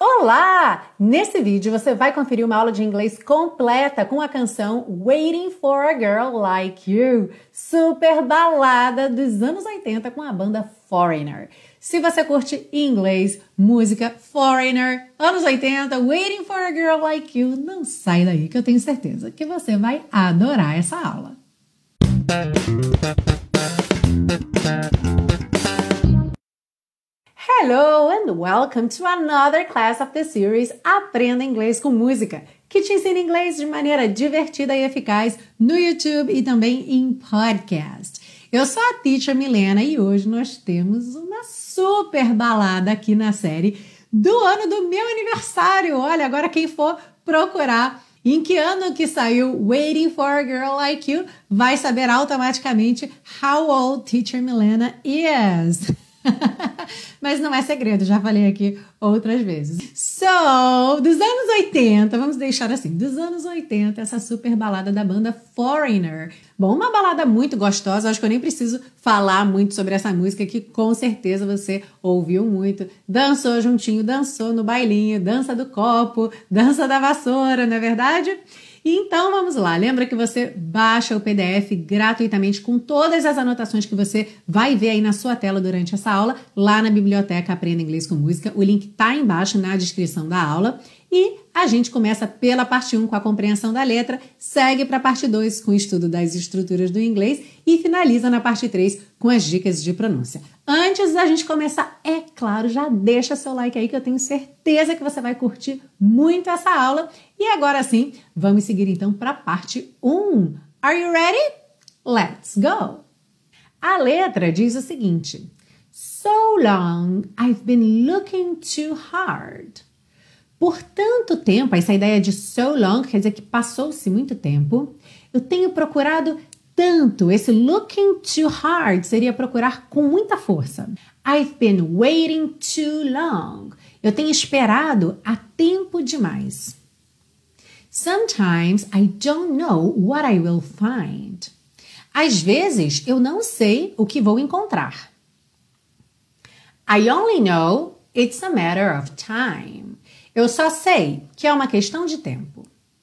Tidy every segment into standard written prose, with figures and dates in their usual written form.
Olá! Nesse vídeo você vai conferir uma aula de inglês completa com a canção Waiting for a Girl Like You, super balada dos anos 80 com a banda Foreigner. Se você curte inglês, música, Foreigner, anos 80, Waiting for a Girl Like You, não sai daí que eu tenho certeza que você vai adorar essa aula. Hello and welcome to another class of the series Aprenda Inglês com Música, que te ensina inglês de maneira divertida e eficaz no YouTube e também em podcast. Eu sou a Teacher Milena e hoje nós temos uma super balada aqui na série do ano do meu aniversário. Olha, agora quem for procurar em que ano que saiu Waiting for a Girl Like You vai saber automaticamente how old Teacher Milena is. Mas não é segredo, já falei aqui outras vezes. So, dos anos 80, vamos deixar assim, dos anos 80, essa super balada da banda Foreigner. Bom, uma balada muito gostosa, acho que eu nem preciso falar muito sobre essa música, que com certeza você ouviu muito, dançou juntinho, dançou no bailinho, dança do copo, dança da vassoura, não é verdade? Então vamos lá, lembra que você baixa o PDF gratuitamente com todas as anotações que você vai ver aí na sua tela durante essa aula, lá na biblioteca Aprenda Inglês com Música, o link tá embaixo na descrição da aula. E a gente começa pela parte 1 com a compreensão da letra, segue para a parte 2 com o estudo das estruturas do inglês e finaliza na parte 3 com as dicas de pronúncia. Antes da gente começar, é claro, já deixa seu like aí que eu tenho certeza que você vai curtir muito essa aula. E agora sim, vamos seguir então para a parte 1. Are you ready? Let's go! A letra diz o seguinte: So long I've been looking too hard. Por tanto tempo, essa ideia de so long quer dizer que passou-se muito tempo. Eu tenho procurado tanto. Esse looking too hard seria procurar com muita força. I've been waiting too long. Eu tenho esperado há tempo demais. Sometimes I don't know what I will find. Às vezes, eu não sei o que vou encontrar. I only know it's a matter of time. Eu só sei que é uma questão de tempo.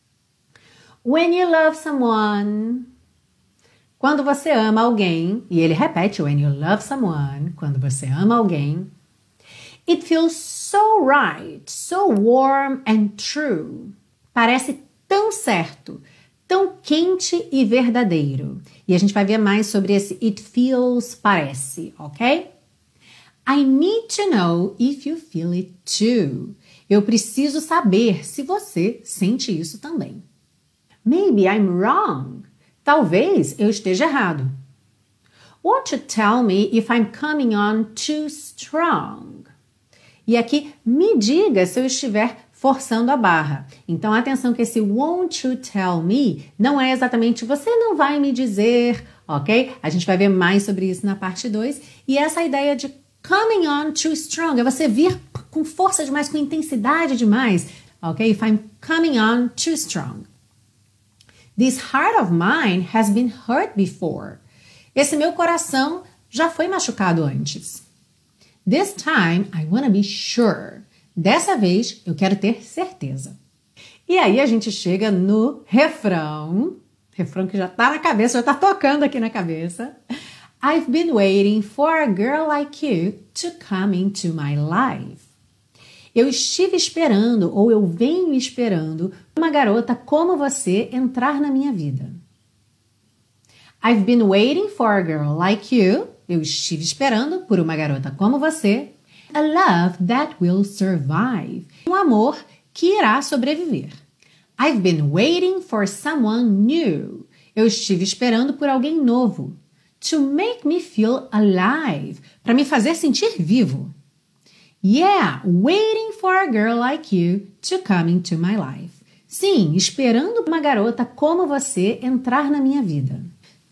When you love someone. Quando você ama alguém, e ele repete, when you love someone, quando você ama alguém. It feels so right, so warm and true. Parece tão certo, tão quente e verdadeiro. E a gente vai ver mais sobre esse it feels, parece, ok? I need to know if you feel it too. Eu preciso saber se você sente isso também. Maybe I'm wrong. Talvez eu esteja errado. Won't you tell me if I'm coming on too strong? E aqui, me diga se eu estiver forçando a barra. Então, atenção que esse won't you tell me não é exatamente você não vai me dizer, ok? A gente vai ver mais sobre isso na parte 2. E essa ideia de coming on too strong é você vir com força demais, com intensidade demais, ok? If I'm coming on too strong. This heart of mine has been hurt before. Esse meu coração já foi machucado antes. This time I want to be sure. Dessa vez eu quero ter certeza. E aí a gente chega no refrão que já tá na cabeça, já tá tocando aqui na cabeça. I've been waiting for a girl like you to come into my life. Eu estive esperando, ou eu venho esperando, uma garota como você entrar na minha vida. I've been waiting for a girl like you. Eu estive esperando por uma garota como você. A love that will survive. Um amor que irá sobreviver. I've been waiting for someone new. Eu estive esperando por alguém novo. To make me feel alive. Para me fazer sentir vivo. Yeah, waiting for a girl like you to come into my life. Sim, esperando uma garota como você entrar na minha vida.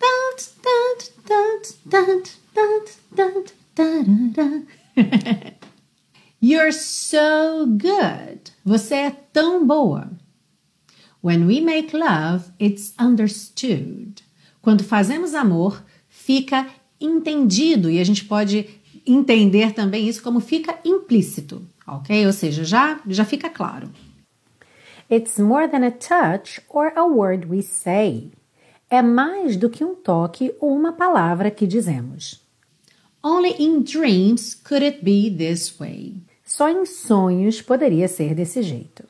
You're so good. Você é tão boa. When we make love, it's understood. Quando fazemos amor, fica entendido, e a gente pode entender também isso como fica implícito. ok? Ou seja, já fica claro. It's more than a touch or a word we say. É mais do que um toque ou uma palavra que dizemos. Only in dreams could it be this way. Só em sonhos poderia ser desse jeito.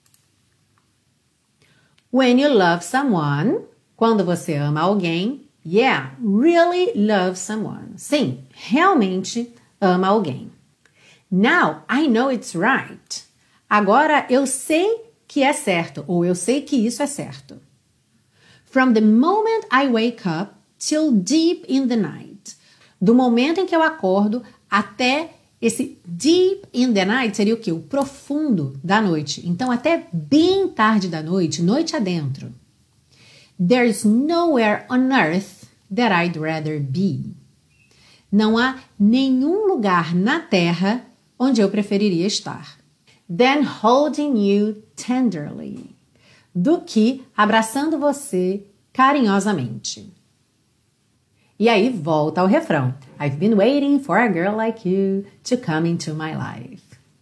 When you love someone, quando você ama alguém, yeah, really love someone. Sim, realmente ama alguém. Now I know it's right. Agora eu sei que é certo, ou eu sei que isso é certo. From the moment I wake up till deep in the night. Do momento em que eu acordo até esse deep in the night seria o quê? O profundo da noite. Então, até bem tarde da noite, noite adentro. There's nowhere on earth that I'd rather be. Não há nenhum lugar na Terra onde eu preferiria estar. Than holding you tenderly. Do que abraçando você carinhosamente. E aí volta ao refrão. I've been waiting for a girl like you to come into my life.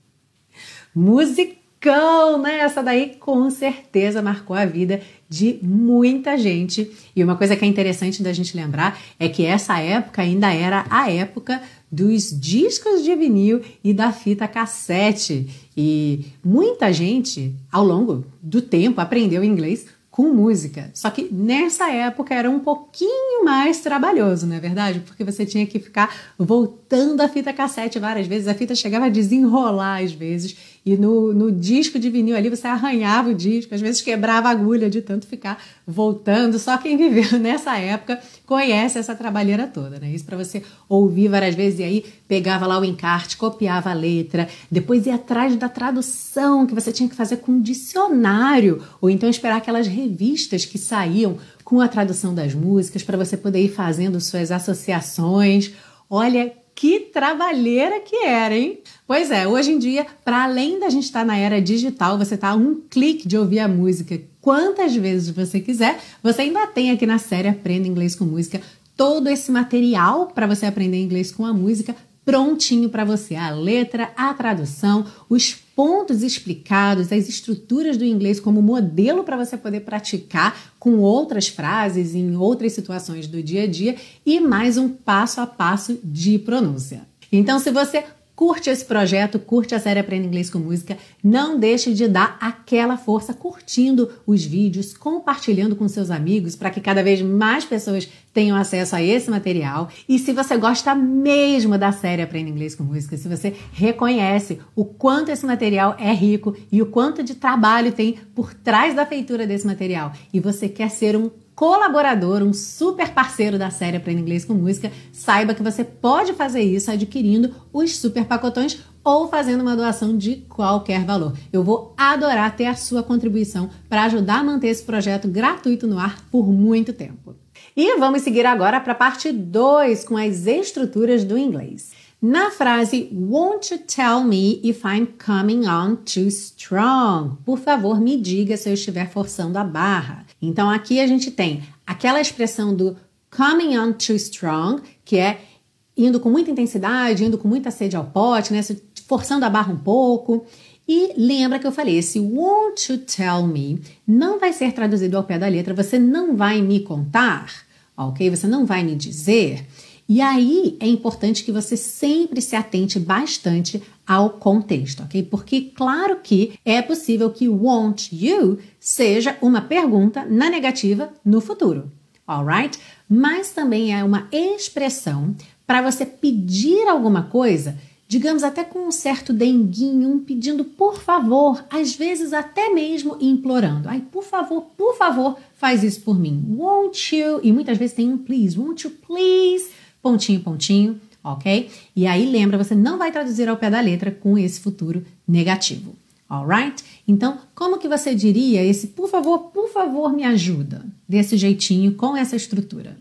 Musicão, né? Essa daí com certeza marcou a vida de muita gente. E uma coisa que é interessante da gente lembrar é que essa época ainda era a época dos discos de vinil e da fita cassete. E muita gente, ao longo do tempo, aprendeu inglês com música. Só que nessa época era um pouquinho mais trabalhoso, não é verdade? Porque você tinha que ficar voltando a fita cassete várias vezes, a fita chegava a desenrolar às vezes, e no disco de vinil ali você arranhava o disco, às vezes quebrava a agulha de tanto ficar voltando. Só quem viveu nessa época conhece essa trabalheira toda, né? Isso para você ouvir várias vezes, e aí pegava lá o encarte, copiava a letra, depois ia atrás da tradução que você tinha que fazer com um dicionário, ou então esperar aquelas revistas que saíam com a tradução das músicas para você poder ir fazendo suas associações. Olha que trabalheira que era, hein? Pois é, hoje em dia, para além da gente estar na era digital, você está a um clique de ouvir a música quantas vezes você quiser, você ainda tem aqui na série Aprenda Inglês com Música todo esse material para você aprender inglês com a música prontinho para você. A letra, a tradução, os pontos explicados, as estruturas do inglês como modelo para você poder praticar com outras frases em outras situações do dia a dia e mais um passo a passo de pronúncia. Então, se você curte esse projeto, curte a série Aprenda Inglês com Música, não deixe de dar aquela força curtindo os vídeos, compartilhando com seus amigos para que cada vez mais pessoas tenham acesso a esse material. E se você gosta mesmo da série Aprenda Inglês com Música, se você reconhece o quanto esse material é rico e o quanto de trabalho tem por trás da feitura desse material, e você quer ser um colaborador, um super parceiro da série Aprenda Inglês com Música, saiba que você pode fazer isso adquirindo os super pacotões ou fazendo uma doação de qualquer valor. Eu vou adorar ter a sua contribuição para ajudar a manter esse projeto gratuito no ar por muito tempo. E vamos seguir agora para a parte 2 com as estruturas do inglês. Na frase Won't you tell me if I'm coming on too strong? Por favor, me diga se eu estiver forçando a barra. Então aqui a gente tem aquela expressão do coming on too strong, que é indo com muita intensidade, indo com muita sede ao pote, né? Forçando a barra um pouco. E lembra que eu falei, esse won't you tell me não vai ser traduzido ao pé da letra, você não vai me contar, ok? Você não vai me dizer. E aí é importante que você sempre se atente bastante ao contexto, ok? Porque claro que é possível que won't you seja uma pergunta na negativa no futuro, alright? Mas também é uma expressão para você pedir alguma coisa, digamos até com um certo denguinho, um pedindo por favor, às vezes até mesmo implorando. Ai, por favor, faz isso por mim. Won't you? E muitas vezes tem um please. Won't you please? Pontinho, pontinho, ok? E aí lembra, você não vai traduzir ao pé da letra com esse futuro negativo, alright? Então, como que você diria esse por favor, me ajuda? Desse jeitinho, com essa estrutura.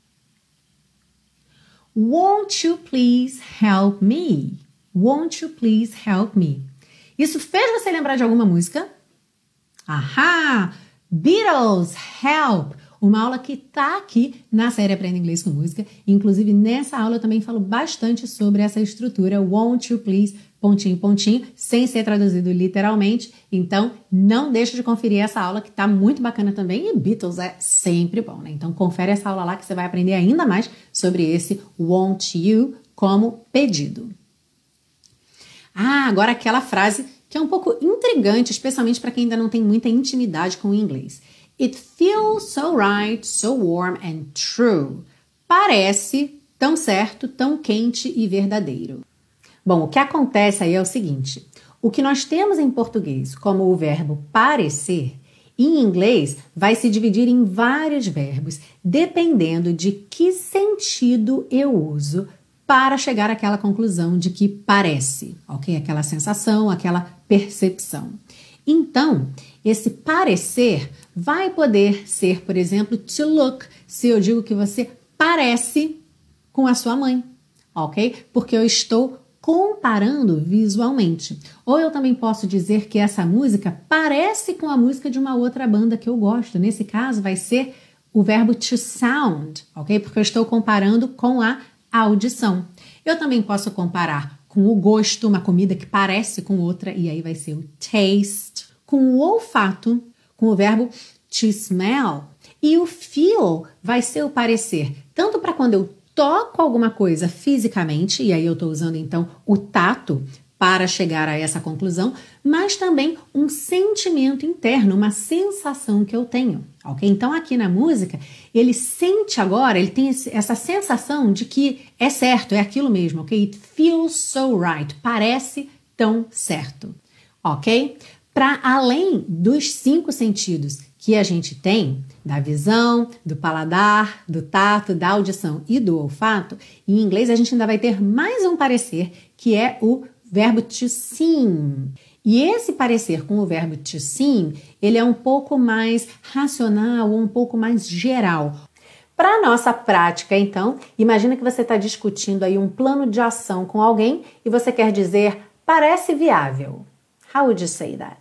Won't you please help me? Won't you please help me? Isso fez você lembrar de alguma música? Ahá! Beatles, Help! Uma aula que está aqui na série Aprenda Inglês com Música. Inclusive, nessa aula eu também falo bastante sobre essa estrutura Won't you please pontinho, pontinho, sem ser traduzido literalmente. Então, não deixa de conferir essa aula que tá muito bacana também. E Beatles é sempre bom, né? Então, confere essa aula lá que você vai aprender ainda mais sobre esse want you como pedido. Agora aquela frase que é um pouco intrigante, especialmente para quem ainda não tem muita intimidade com o inglês. It feels so right, so warm and true. Parece tão certo, tão quente e verdadeiro. Bom, o que acontece aí é o seguinte. O que nós temos em português como o verbo parecer, em inglês vai se dividir em vários verbos, dependendo de que sentido eu uso para chegar àquela conclusão de que parece, ok? Aquela sensação, aquela percepção. Então, esse parecer vai poder ser, por exemplo, to look, se eu digo que você parece com a sua mãe, ok? Porque eu estou comparando visualmente. Ou eu também posso dizer que essa música parece com a música de uma outra banda que eu gosto. Nesse caso, vai ser o verbo to sound, ok? Porque eu estou comparando com a audição. Eu também posso comparar com o gosto, uma comida que parece com outra, e aí vai ser o taste. Com o olfato, com o verbo to smell. E o feel vai ser o parecer, tanto para quando eu toco alguma coisa fisicamente, e aí eu estou usando então o tato para chegar a essa conclusão, mas também um sentimento interno, uma sensação que eu tenho, ok? Então aqui na música, ele sente agora, ele tem essa sensação de que é certo, é aquilo mesmo, ok? It feels so right, parece tão certo, ok? Para além dos 5 sentidos que a gente tem, da visão, do paladar, do tato, da audição e do olfato, em inglês a gente ainda vai ter mais um parecer, que é o verbo to seem. E esse parecer com o verbo to seem, ele é um pouco mais racional, um pouco mais geral. Para a nossa prática, então, imagina que você está discutindo aí um plano de ação com alguém e você quer dizer, parece viável. How would you say that?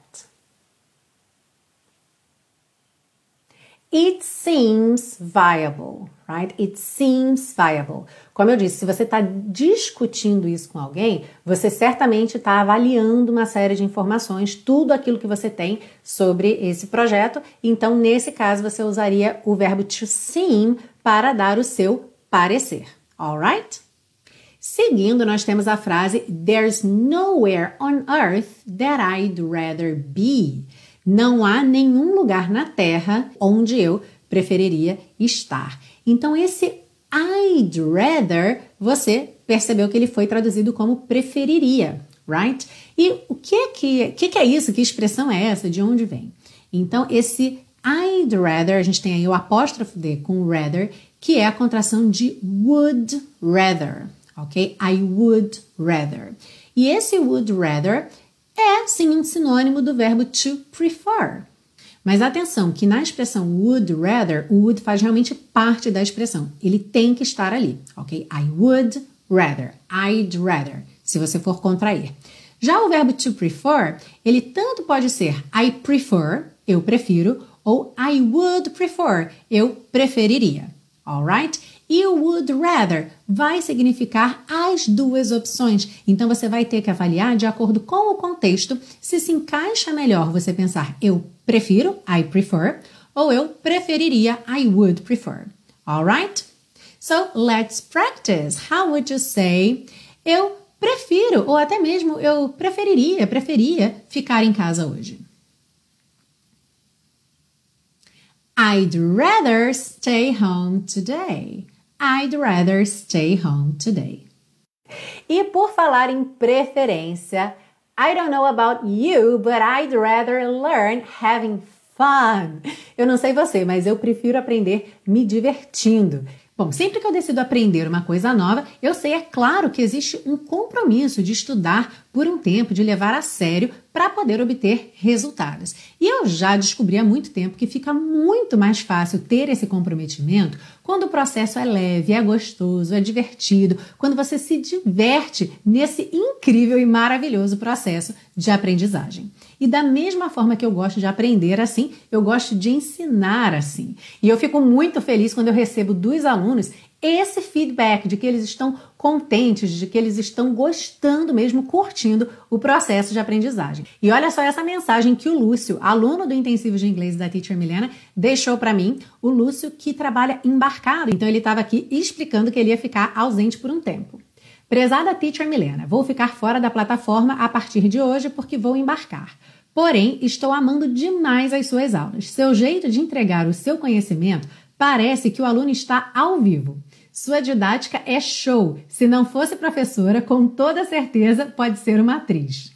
It seems viable, right? It seems viable. Como eu disse, se você está discutindo isso com alguém, você certamente está avaliando uma série de informações, tudo aquilo que você tem sobre esse projeto. Então, nesse caso, você usaria o verbo to seem para dar o seu parecer, alright? Seguindo, nós temos a frase There's nowhere on earth that I'd rather be. Não há nenhum lugar na Terra onde eu preferiria estar. Então, esse I'd rather, você percebeu que ele foi traduzido como preferiria, right? E o que é isso? Que expressão é essa? De onde vem? Então, esse I'd rather, a gente tem aí o apóstrofo D com rather, que é a contração de would rather, ok? I would rather. E esse would rather é, sim, um sinônimo do verbo to prefer. Mas atenção, que na expressão would rather, o would faz realmente parte da expressão. Ele tem que estar ali, ok? I would rather, I'd rather, se você for contrair. Já o verbo to prefer, ele tanto pode ser I prefer, eu prefiro, ou I would prefer, eu preferiria, alright? E o would rather vai significar as duas opções. Então, você vai ter que avaliar de acordo com o contexto se encaixa melhor você pensar eu prefiro, I prefer, ou eu preferiria, I would prefer. Alright? So, let's practice. How would you say eu prefiro, ou até mesmo eu preferia ficar em casa hoje? I'd rather stay home today. I'd rather stay home today. E por falar em preferência, I don't know about you, but I'd rather learn having fun. Eu não sei você, mas eu prefiro aprender me divertindo. Bom, sempre que eu decido aprender uma coisa nova, eu sei, é claro, que existe um compromisso de estudar por um tempo, de levar a sério para poder obter resultados. E eu já descobri há muito tempo que fica muito mais fácil ter esse comprometimento quando o processo é leve, é gostoso, é divertido, quando você se diverte nesse incrível e maravilhoso processo de aprendizagem. E da mesma forma que eu gosto de aprender assim, eu gosto de ensinar assim. E eu fico muito feliz quando eu recebo dos alunos esse feedback de que eles estão contentes, de que eles estão gostando mesmo, curtindo o processo de aprendizagem. E olha só essa mensagem que o Lúcio, aluno do intensivo de inglês da Teacher Milena, deixou para mim. O Lúcio que trabalha embarcado, então ele estava aqui explicando que ele ia ficar ausente por um tempo. Prezada Teacher Milena, vou ficar fora da plataforma a partir de hoje porque vou embarcar. Porém, estou amando demais as suas aulas. Seu jeito de entregar o seu conhecimento parece que o aluno está ao vivo. Sua didática é show. Se não fosse professora, com toda certeza pode ser uma atriz.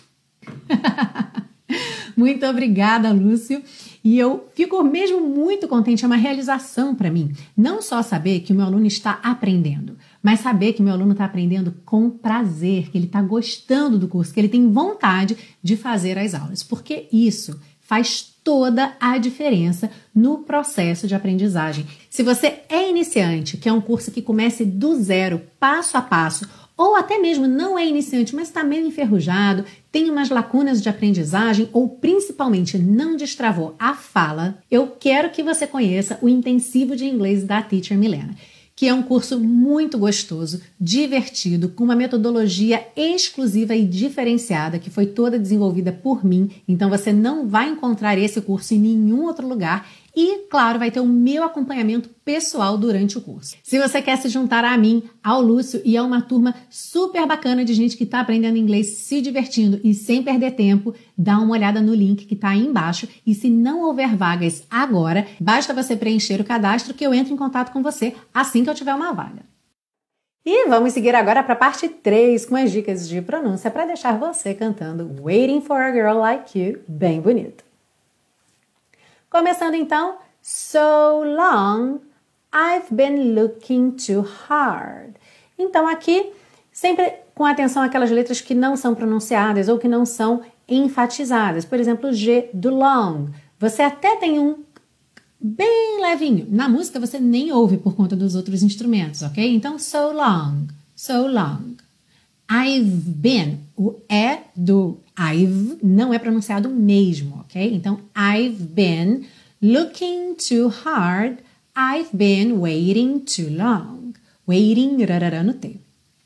Muito obrigada, Lúcio. E eu fico mesmo muito contente, é uma realização para mim. Não só saber que o meu aluno está aprendendo, mas saber que meu aluno está aprendendo com prazer, que ele está gostando do curso, que ele tem vontade de fazer as aulas. Porque isso faz toda a diferença no processo de aprendizagem. Se você é iniciante, que é um curso que comece do zero, passo a passo, ou até mesmo não é iniciante, mas está meio enferrujado, tem umas lacunas de aprendizagem ou principalmente não destravou a fala, eu quero que você conheça o Intensivo de Inglês da Teacher Milena, que é um curso muito gostoso, divertido, com uma metodologia exclusiva e diferenciada, que foi toda desenvolvida por mim. Então você não vai encontrar esse curso em nenhum outro lugar e, claro, vai ter o meu acompanhamento pessoal durante o curso. Se você quer se juntar a mim, ao Lúcio e a uma turma super bacana de gente que está aprendendo inglês, se divertindo e sem perder tempo, dá uma olhada no link que está aí embaixo e se não houver vagas agora, basta você preencher o cadastro que eu entro em contato com você assim que eu tiver uma vaga. E vamos seguir agora para a parte 3 com as dicas de pronúncia para deixar você cantando Waiting for a Girl Like You bem bonito. Começando então, so long, I've been looking too hard. Então aqui, sempre com atenção àquelas letras que não são pronunciadas ou que não são enfatizadas. Por exemplo, o G do long. Você até tem um bem levinho. Na música você nem ouve por conta dos outros instrumentos, ok? Então, so long, so long. I've been. O E do I've não é pronunciado mesmo, ok? Então, I've been looking too hard. I've been waiting too long. Waiting, rarará no T.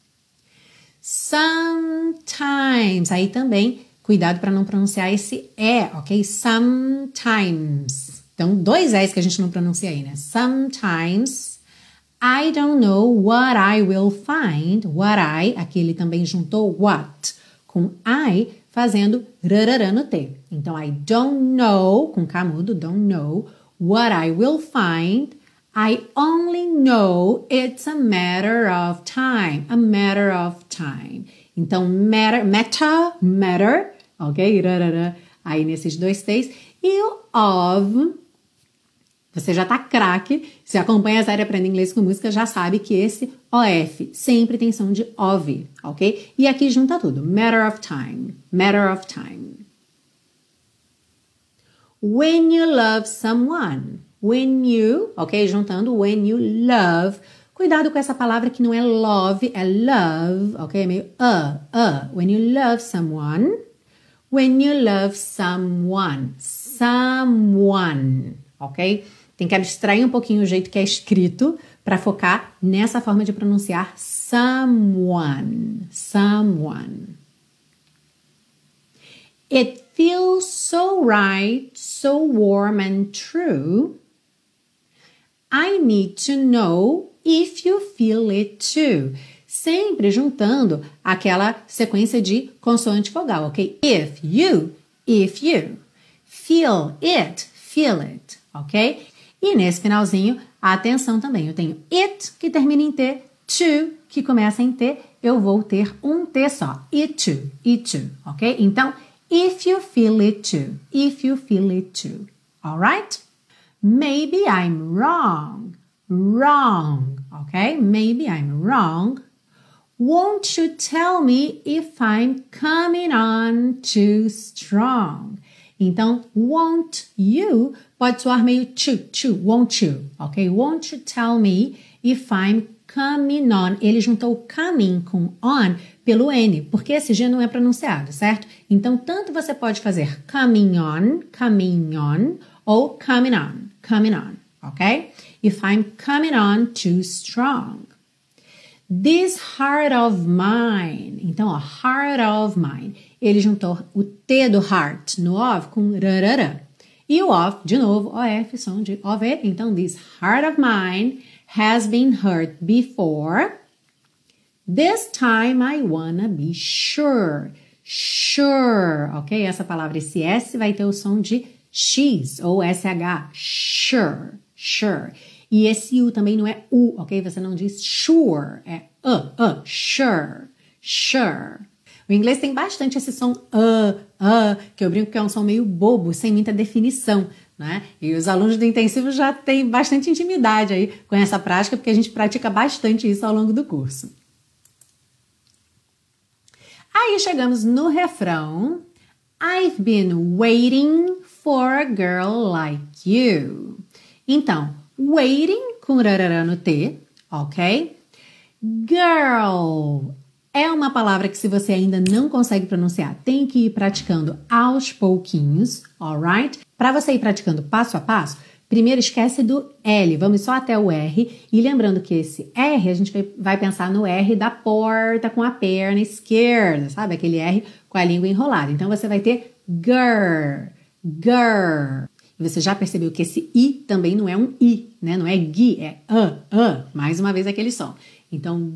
Sometimes. Aí também, cuidado para não pronunciar esse E, ok? Sometimes. Então, 2 E's que a gente não pronuncia aí, né? Sometimes. I don't know what I will find. What I, aqui ele também juntou what com I, fazendo rarará no T. Então, I don't know, com K mudo, don't know, what I will find. I only know it's a matter of time. A matter of time. Então, matter, ok? Rarará, aí nesses 2 T's. E o of, você já tá craque, se acompanha a série Aprenda Inglês com Música, já sabe que esse OF sempre tem som de OV, ok? E aqui junta tudo, matter of time, matter of time. When you love someone, when you, ok? Juntando when you love, cuidado com essa palavra que não é love, é love, ok? É meio when you love someone, when you love someone, someone, ok? Tem que abstrair um pouquinho o jeito que é escrito para focar nessa forma de pronunciar someone, someone. It feels so right, so warm and true. I need to know if you feel it too. Sempre juntando aquela sequência de consoante vogal, ok? If you, feel it, ok? E nesse finalzinho, atenção também, eu tenho it, que termina em T, to, que começa em T, eu vou ter um T só, it to, ok? Então, if you feel it too, alright? Maybe I'm wrong, ok? Maybe I'm wrong. Won't you tell me if I'm coming on too strong? Então, won't you pode soar meio to, won't you, ok? Won't you tell me if I'm coming on. Ele juntou coming com on pelo N, porque esse G não é pronunciado, certo? Então, tanto você pode fazer coming on, ou coming on, ok? If I'm coming on too strong. This heart of mine. Então, ó, heart of mine. Ele juntou o T do heart no of com rarara. E o of, de novo, OF, som de OV. Então, this heart of mine has been hurt before. This time I wanna be sure. Sure, ok? Essa palavra, esse S vai ter o som de X ou SH. Sure, sure. E esse U também não é U, ok? Você não diz sure, é sure, sure. O inglês tem bastante esse som que eu brinco que é um som meio bobo, sem muita definição, né? E os alunos do intensivo já têm bastante intimidade aí com essa prática, porque a gente pratica bastante isso ao longo do curso. Aí chegamos no refrão. I've been waiting for a girl like you. Então, waiting com rarará no T, ok? Girl é uma palavra que se você ainda não consegue pronunciar, tem que ir praticando aos pouquinhos, alright? Para você ir praticando passo a passo, primeiro esquece do L, vamos só até o R. E lembrando que esse R, a gente vai pensar no R da porta com a perna esquerda, sabe? Aquele R com a língua enrolada. Então, você vai ter girl. E você já percebeu que esse I também não é um I, né? Não é gui, é mais uma vez aquele som. Então,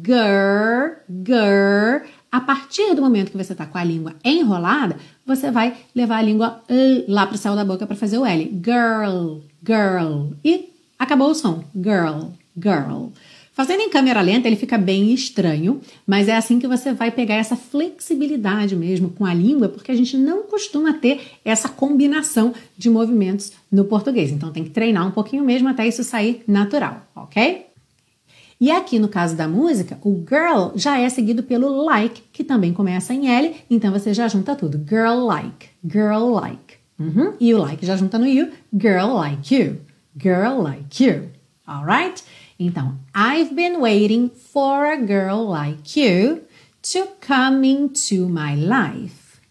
girl. A partir do momento que você está com a língua enrolada, você vai levar a língua lá para o céu da boca para fazer o L. Girl. E acabou o som. Girl. Fazendo em câmera lenta, ele fica bem estranho, mas é assim que você vai pegar essa flexibilidade mesmo com a língua, porque a gente não costuma ter essa combinação de movimentos no português. Então, tem que treinar um pouquinho mesmo até isso sair natural, ok? E aqui no caso da música, o girl já é seguido pelo like, que também começa em L, então você já junta tudo. Girl like. E o like já junta no you. Girl like you. Alright? Então, I've been waiting for a girl like you to come into my life.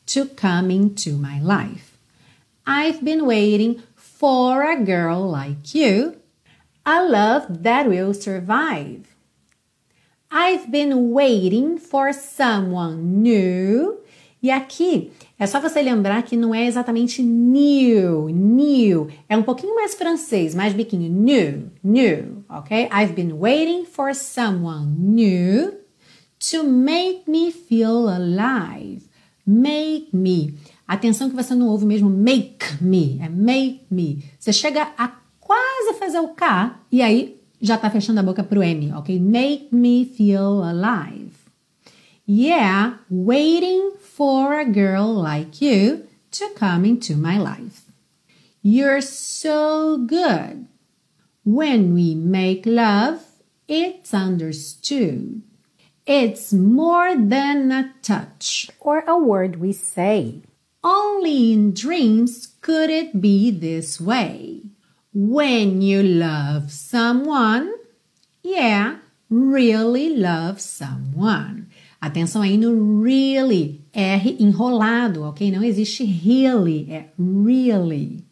I've been waiting for a girl like you. A love that will survive. I've been waiting for someone new. E aqui é só você lembrar que não é exatamente new. É um pouquinho mais francês, mais biquinho. New, ok? I've been waiting for someone new to make me feel alive. Make me. Atenção que você não ouve mesmo make me. É make me. Você chega a quase fazer o K, e aí já tá fechando a boca pro M, ok? Make me feel alive. Yeah, waiting for a girl like you to come into my life. You're so good. When we make love, it's understood. It's more than a touch or a word we say. Only in dreams could it be this way. When you love someone, yeah, really love someone. Atenção aí no really, R enrolado, ok? Não existe really, é really.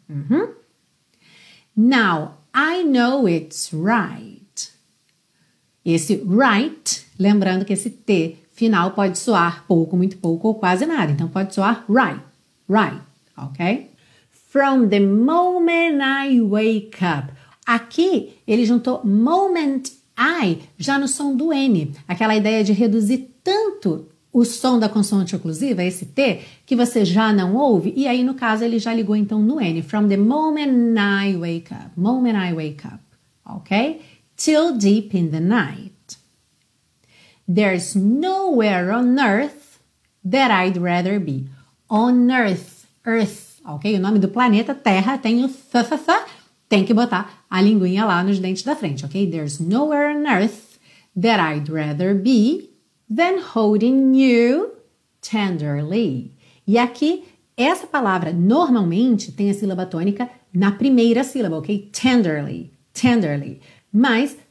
Now, I know it's right. Esse right, lembrando que esse T final pode soar pouco, muito pouco ou quase nada. Então, pode soar right, ok? From the moment I wake up. Aqui, ele juntou moment I já no som do N. Aquela ideia de reduzir tanto o som da consoante oclusiva, esse T, que você já não ouve. E aí, no caso, ele já ligou então no N. From the moment I wake up. Moment I wake up. Ok? Till deep in the night. There's nowhere on earth that I'd rather be. On earth. Ok? O nome do planeta Terra tem o tem que botar a linguinha lá nos dentes da frente, ok? There's nowhere on earth that I'd rather be than holding you tenderly. E aqui, essa palavra normalmente tem a sílaba tônica na primeira sílaba, ok? Tenderly. Mas,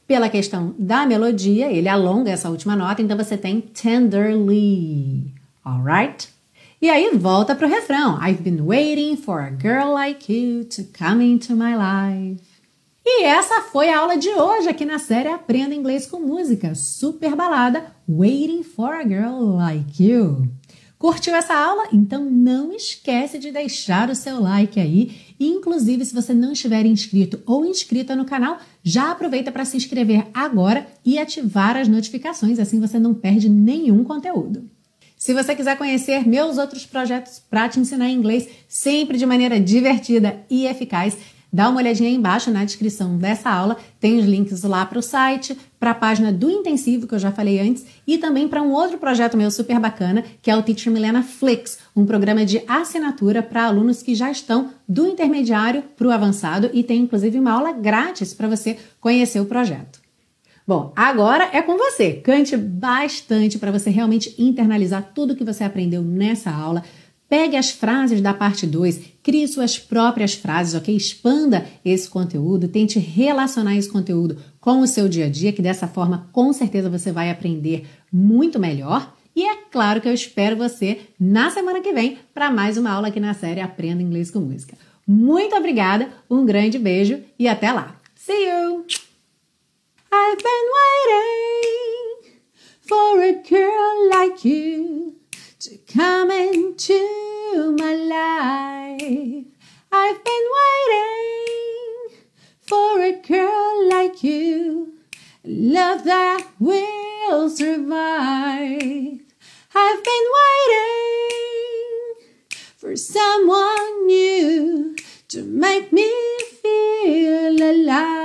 Pela questão da melodia, ele alonga essa última nota, então você tem tenderly. Alright? E aí volta pro refrão. I've been waiting for a girl like you to come into my life. E essa foi a aula de hoje aqui na série Aprenda Inglês com Música. Super balada, Waiting for a Girl Like You. Curtiu essa aula? Então não esquece de deixar o seu like aí. E, inclusive, se você não estiver inscrito ou inscrita no canal, já aproveita para se inscrever agora e ativar as notificações, assim você não perde nenhum conteúdo. Se você quiser conhecer meus outros projetos para te ensinar inglês sempre de maneira divertida e eficaz, dá uma olhadinha aí embaixo na descrição dessa aula, tem os links lá para o site, para a página do intensivo que eu já falei antes e também para um outro projeto meu super bacana, que é o Teacher Milena Flix, um programa de assinatura para alunos que já estão do intermediário para o avançado e tem inclusive uma aula grátis para você conhecer o projeto. Bom, agora é com você. Cante bastante para você realmente internalizar tudo que você aprendeu nessa aula. Pegue as frases da parte 2, crie suas próprias frases, ok? Expanda esse conteúdo, tente relacionar esse conteúdo com o seu dia a dia, que dessa forma, com certeza, você vai aprender muito melhor. E é claro que eu espero você na semana que vem para mais uma aula aqui na série Aprenda Inglês com Música. Muito obrigada, um grande beijo e até lá. See you! I've been waiting for a girl like you to come into my life. I've been waiting for a girl like you, love that will survive. I've been waiting for someone new to make me feel alive.